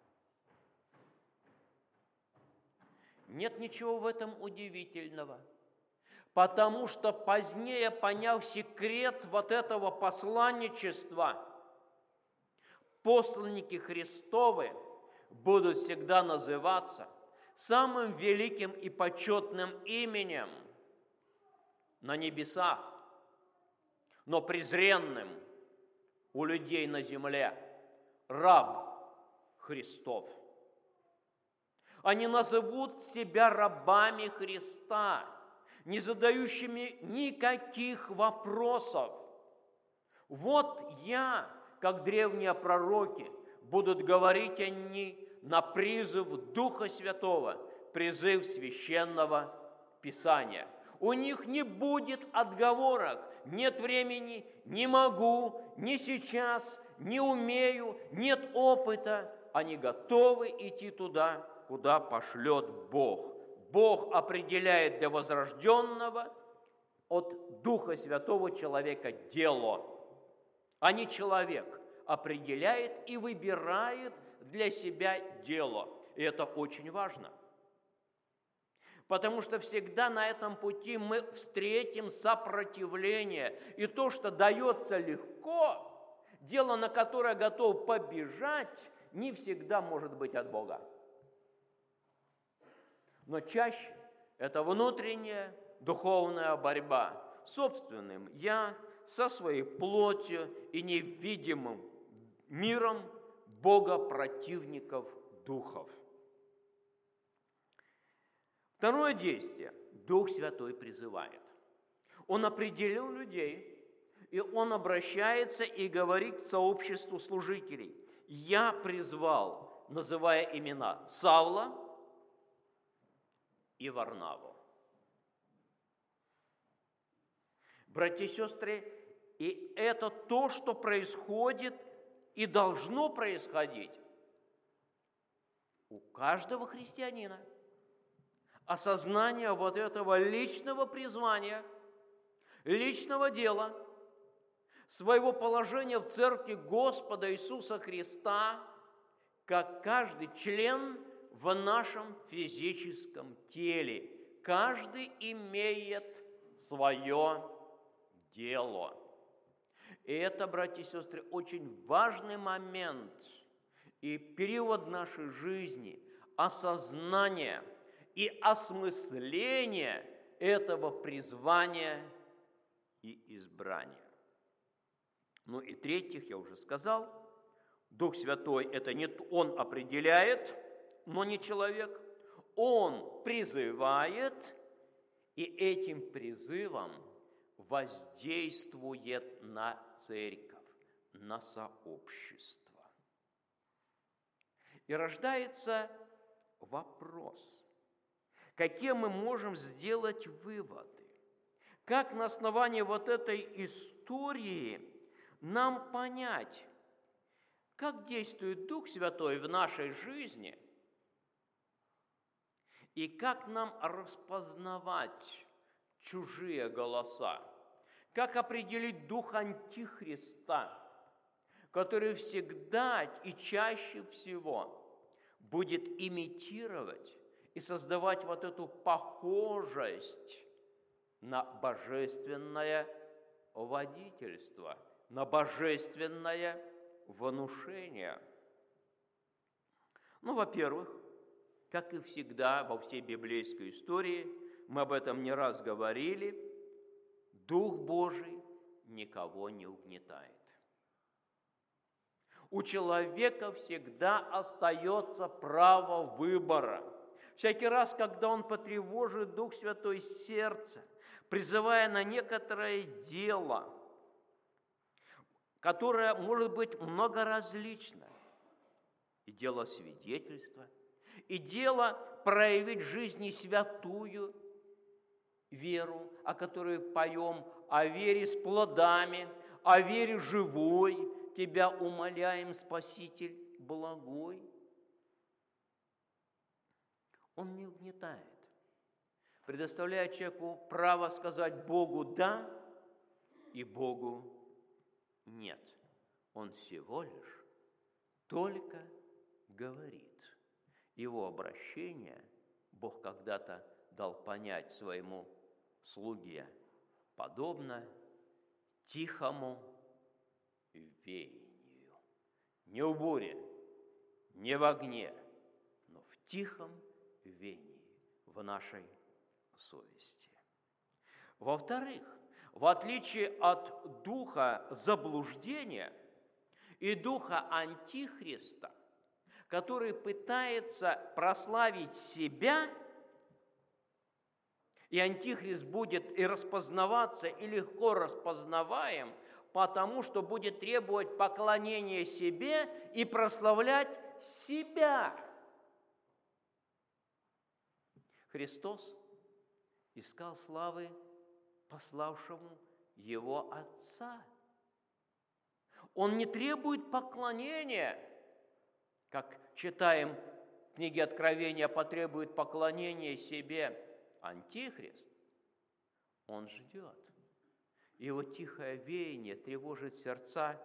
Speaker 1: Нет ничего в этом удивительного, потому что позднее, поняв секрет вот этого посланничества, посланники Христовы будут всегда называться самым великим и почетным именем на небесах, но презренным у людей на земле – раб Христов. Они назовут себя рабами Христа, не задающими никаких вопросов. Вот я, как древние пророки, будут говорить они на призыв Духа Святого, призыв Священного Писания. У них не будет отговорок, нет времени, не могу, не сейчас, не умею, нет опыта. Они готовы идти туда, куда пошлет Бог. Бог определяет для возрожденного от Духа Святого человека дело, а не человек определяет и выбирает для себя дело. И это очень важно. Потому что всегда на этом пути мы встретим сопротивление. И то, что дается легко, дело, на которое готов побежать, не всегда может быть от Бога. Но чаще это внутренняя духовная борьба с собственным «я», со своей плотью и невидимым миром Бога противников духов. Второе действие. Дух Святой призывает. Он определил людей, и Он обращается и говорит к сообществу служителей. «Я призвал», называя имена Савла и Варнаву. Братья и сестры, и это то, что происходит и должно происходить у каждого христианина. Осознание вот этого личного призвания, личного дела, своего положения в церкви Господа Иисуса Христа, как каждый член в нашем физическом теле. Каждый имеет свое дело. И это, братья и сестры, очень важный момент и период нашей жизни, осознание и осмысление этого призвания и избрания. Ну и третьих, я уже сказал, Дух Святой – это не Он определяет, но не человек. Он призывает, и этим призывом воздействует на церковь, на сообщество. И рождается вопрос, какие мы можем сделать выводы? Как на основании вот этой истории нам понять, как действует Дух Святой в нашей жизни и как нам распознавать чужие голоса, как определить дух Антихриста, который всегда и чаще всего будет имитировать и создавать вот эту похожесть на божественное водительство, на божественное внушение. Ну, во-первых, как и всегда во всей библейской истории, мы об этом не раз говорили, Дух Божий никого не угнетает. У человека всегда остается право выбора. Всякий раз, когда он потревожит Дух Святой сердце, призывая на некоторое дело, которое может быть многоразличное, и дело свидетельства, и дело проявить в жизни святую веру, о которой поем, о вере с плодами, о вере живой, Тебя умоляем, Спаситель благой. Он не угнетает, предоставляет человеку право сказать Богу «да» и Богу «нет». Он всего лишь только говорит. Его обращение Бог когда-то дал понять своему слуге, подобно тихому веянию. Не в буре, не в огне, но в тихом веянии в нашей совести. Во-вторых, в отличие от духа заблуждения и духа антихриста, который пытается прославить себя, и антихрист будет и распознаваться, и легко распознаваем, потому что будет требовать поклонения себе и прославлять себя. Христос искал славы пославшему его Отца. Он не требует поклонения, как читаем в книге Откровения, потребует поклонения себе Антихрист. Он ждет. Его тихое веяние тревожит сердца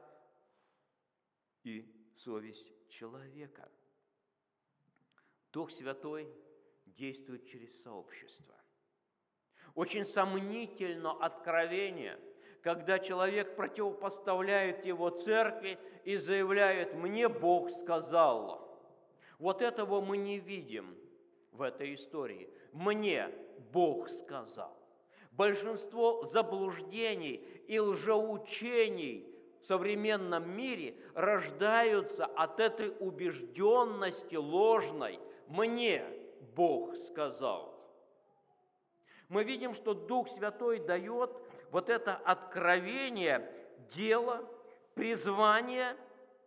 Speaker 1: и совесть человека. Дух Святой действует через сообщество. Очень сомнительно откровение, когда человек противопоставляет его церкви и заявляет: «Мне Бог сказал». Вот этого мы не видим в этой истории. «Мне Бог сказал». Большинство заблуждений и лжеучений в современном мире рождаются от этой убежденности ложной. «Мне Бог сказал». Мы видим, что Дух Святой дает вот это откровение, дело, призвание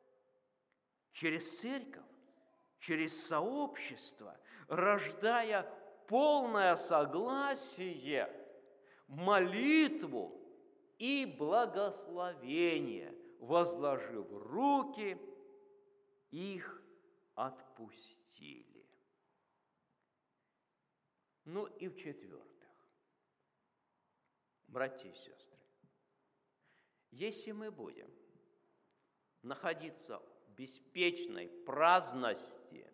Speaker 1: через церковь, через сообщество, рождая полное согласие, молитву и благословение, возложив руки, их отпустили. Ну и в-четвертых, братья и сестры, если мы будем находиться в беспечной праздности,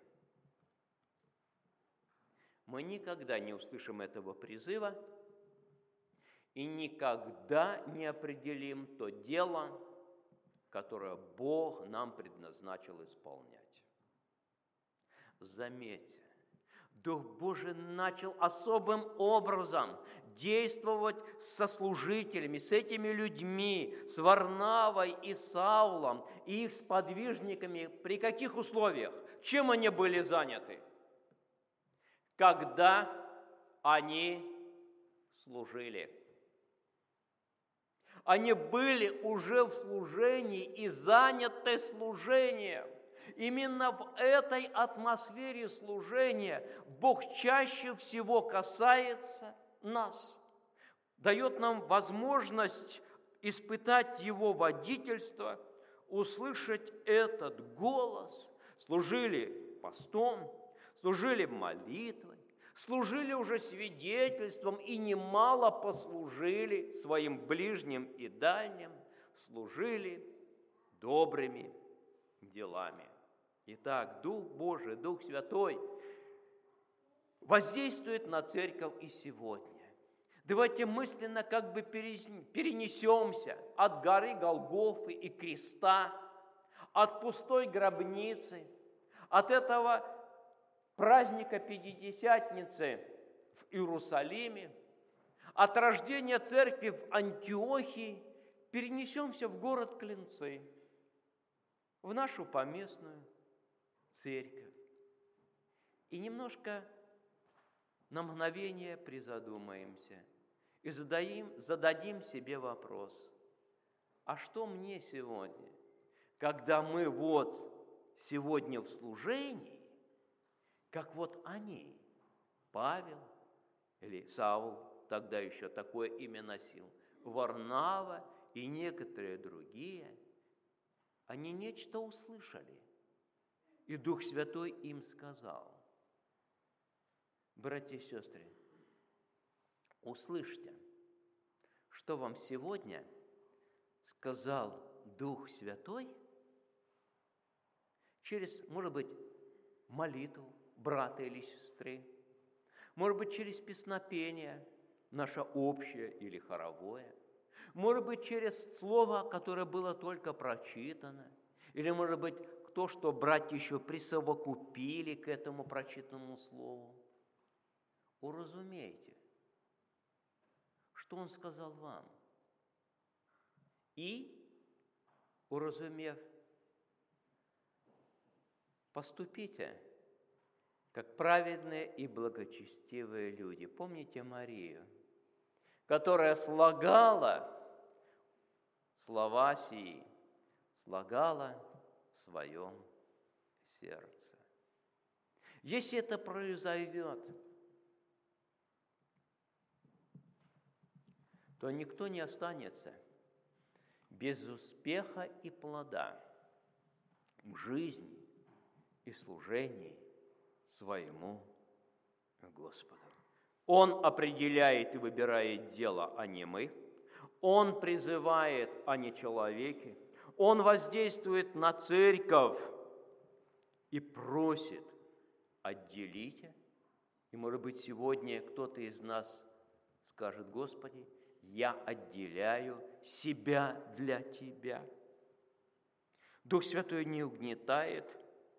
Speaker 1: мы никогда не услышим этого призыва и никогда не определим то дело, которое Бог нам предназначил исполнять. Заметьте, Дух Божий начал особым образом действовать со служителями, с этими людьми, с Варнавой и Савлом, и их сподвижниками. При каких условиях? Чем они были заняты? Когда они служили. Они были уже в служении и заняты служением. Именно в этой атмосфере служения Бог чаще всего касается нас, дает нам возможность испытать Его водительство, услышать этот голос. Служили постом, служили молитвой, служили уже свидетельством и немало послужили своим ближним и дальним, служили добрыми делами. Итак, Дух Божий, Дух Святой воздействует на церковь и сегодня. Давайте мысленно как бы перенесемся от горы Голгофы и креста, от пустой гробницы, от этого праздника Пятидесятницы в Иерусалиме, от рождения церкви в Антиохии, перенесемся в город Клинцы, в нашу поместную церковь. И немножко на мгновение призадумаемся и зададим, зададим себе вопрос: а что мне сегодня, когда мы вот сегодня в служении, как вот они, Павел или Савл, тогда еще такое имя носил, Варнава и некоторые другие, они нечто услышали, и Дух Святой им сказал: братья и сестры, услышьте, что вам сегодня сказал Дух Святой через, может быть, молитву брата или сестры, может быть, через песнопение, наше общее или хоровое, может быть, через слово, которое было только прочитано, или, может быть, то, что братья еще присовокупили к этому прочитанному слову. Уразумейте, что Он сказал вам. И, уразумев, поступите, как праведные и благочестивые люди. Помните Марию, которая слагала слова сии, слагала в своем сердце. Если это произойдет, то никто не останется без успеха и плода в жизни и служении своему Господу. Он определяет и выбирает дело, а не мы. Он призывает, а не человеки. Он воздействует на церковь и просит: отделите. И, может быть, сегодня кто-то из нас скажет: Господи, я отделяю себя для Тебя. Дух Святой не угнетает,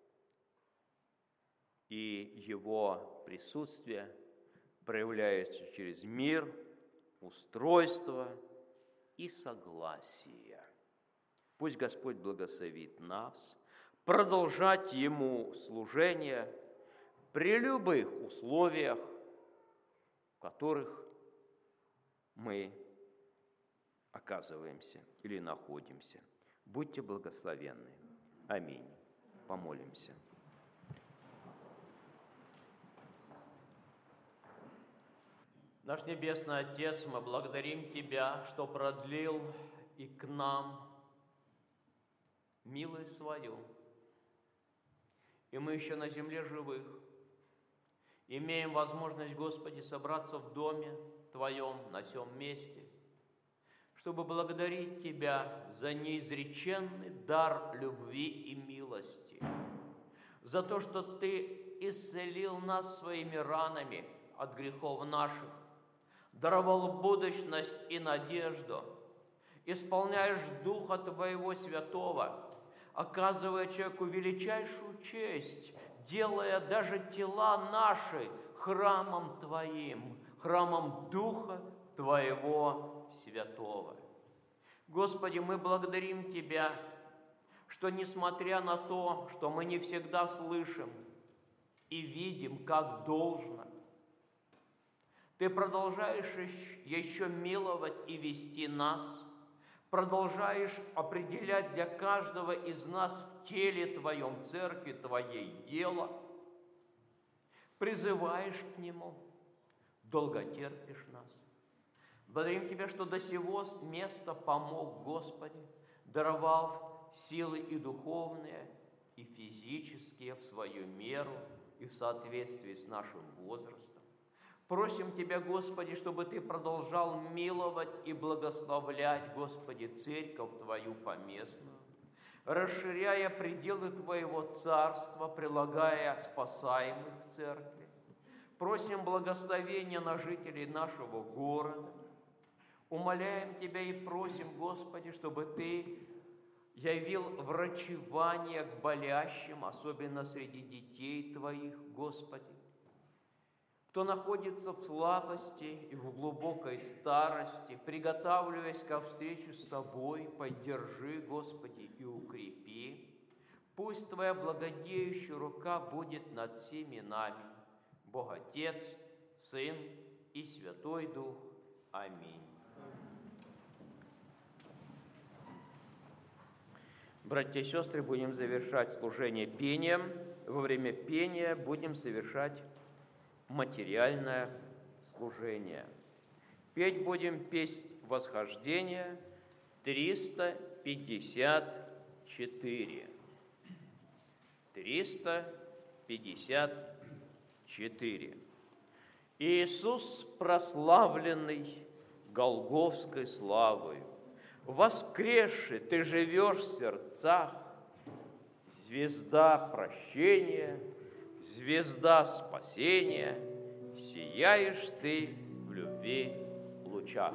Speaker 1: и Его присутствие проявляется через мир, устройство и согласие. Пусть Господь благословит нас продолжать Ему служение при любых условиях, в которых мы оказываемся или находимся. Будьте благословенны. Аминь. Помолимся. Наш Небесный Отец, мы благодарим Тебя, что продлил и к нам милость Свою. И мы еще на земле живых имеем возможность, Господи, собраться в доме Твоем, на сем месте, чтобы благодарить Тебя за неизреченный дар любви и милости, за то, что Ты исцелил нас своими ранами от грехов наших, даровал будущность и надежду, исполняешь Духа Твоего Святого, оказывая человеку величайшую честь, делая даже тела наши храмом Твоим, храмом Духа Твоего Святого. Господи, мы благодарим Тебя, что, несмотря на то, что мы не всегда слышим и видим, как должно, Ты продолжаешь еще миловать и вести нас, продолжаешь определять для каждого из нас в теле Твоем, церкви Твоей дело, призываешь к Нему, долготерпишь нас. Благодарим Тебя, что до сего места помог, Господи, даровав силы и духовные, и физические в свою меру и в соответствии с нашим возрастом. Просим Тебя, Господи, чтобы Ты продолжал миловать и благословлять, Господи, церковь Твою поместную, расширяя пределы Твоего царства, прилагая спасаемых к церкви. Просим благословения на жителей нашего города. Умоляем Тебя и просим, Господи, чтобы Ты явил врачевание к болящим, особенно среди детей Твоих, Господи. Кто находится в слабости и в глубокой старости, приготавливаясь ко встрече с Тобой, поддержи, Господи, и укрепи. Пусть Твоя благодеющая рука будет над всеми нами. Бог Отец, Сын и Святой Дух. Аминь. Братья и сестры, будем завершать служение пением. Во время пения будем совершать материальное служение. Петь будем песнь восхождения триста пятьдесят четыре. триста пятьдесят четыре. Иисус, прославленный голгофской славою, воскресший, ты живешь в сердцах, звезда прощения, звезда спасения, сияешь ты в любви лучах.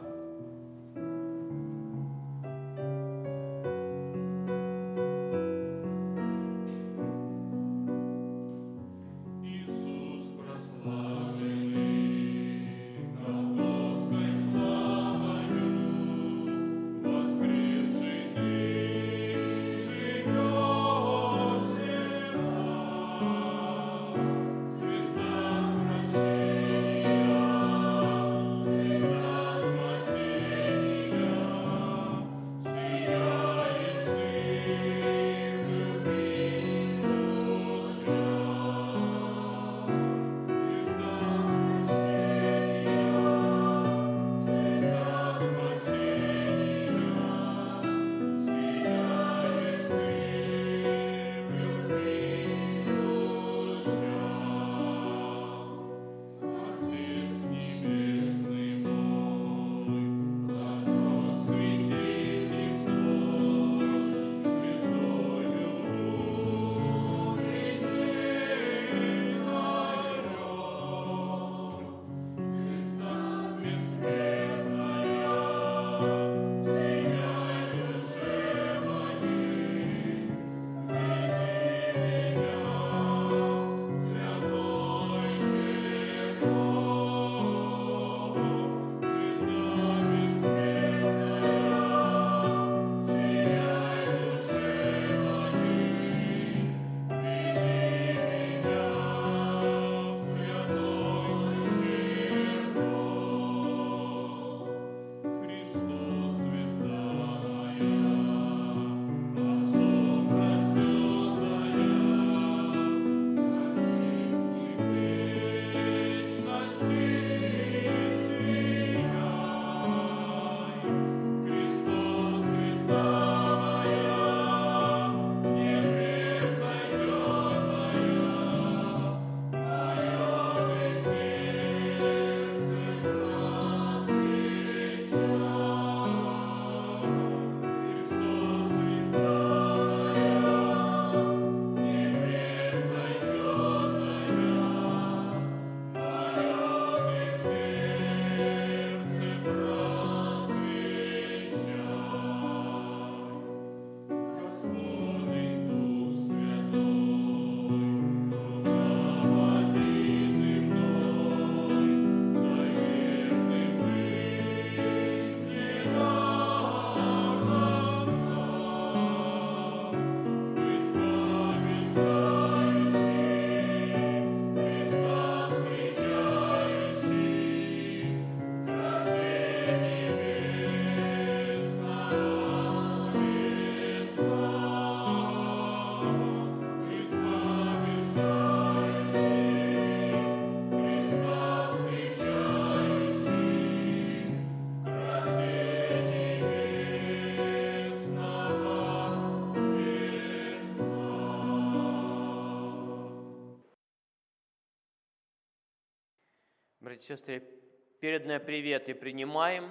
Speaker 1: Братья и сестры, передное привет и принимаем,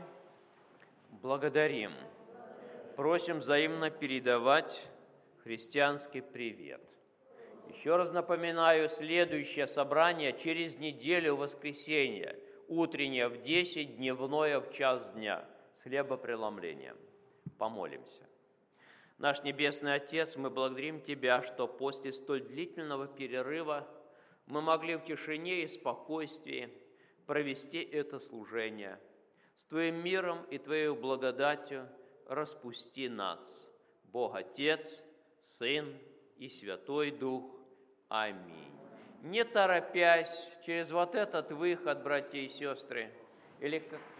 Speaker 1: благодарим, просим взаимно передавать христианский привет. Еще раз напоминаю, следующее собрание через неделю, воскресенье, утреннее в десять, дневное в час дня, с хлебопреломлением. Помолимся. Наш Небесный Отец, мы благодарим Тебя, что после столь длительного перерыва мы могли в тишине и спокойствии провести это служение. С Твоим миром и Твоей благодатью распусти нас, Бог Отец, Сын и Святой Дух. Аминь. Не торопясь через вот этот выход, братья и сестры, или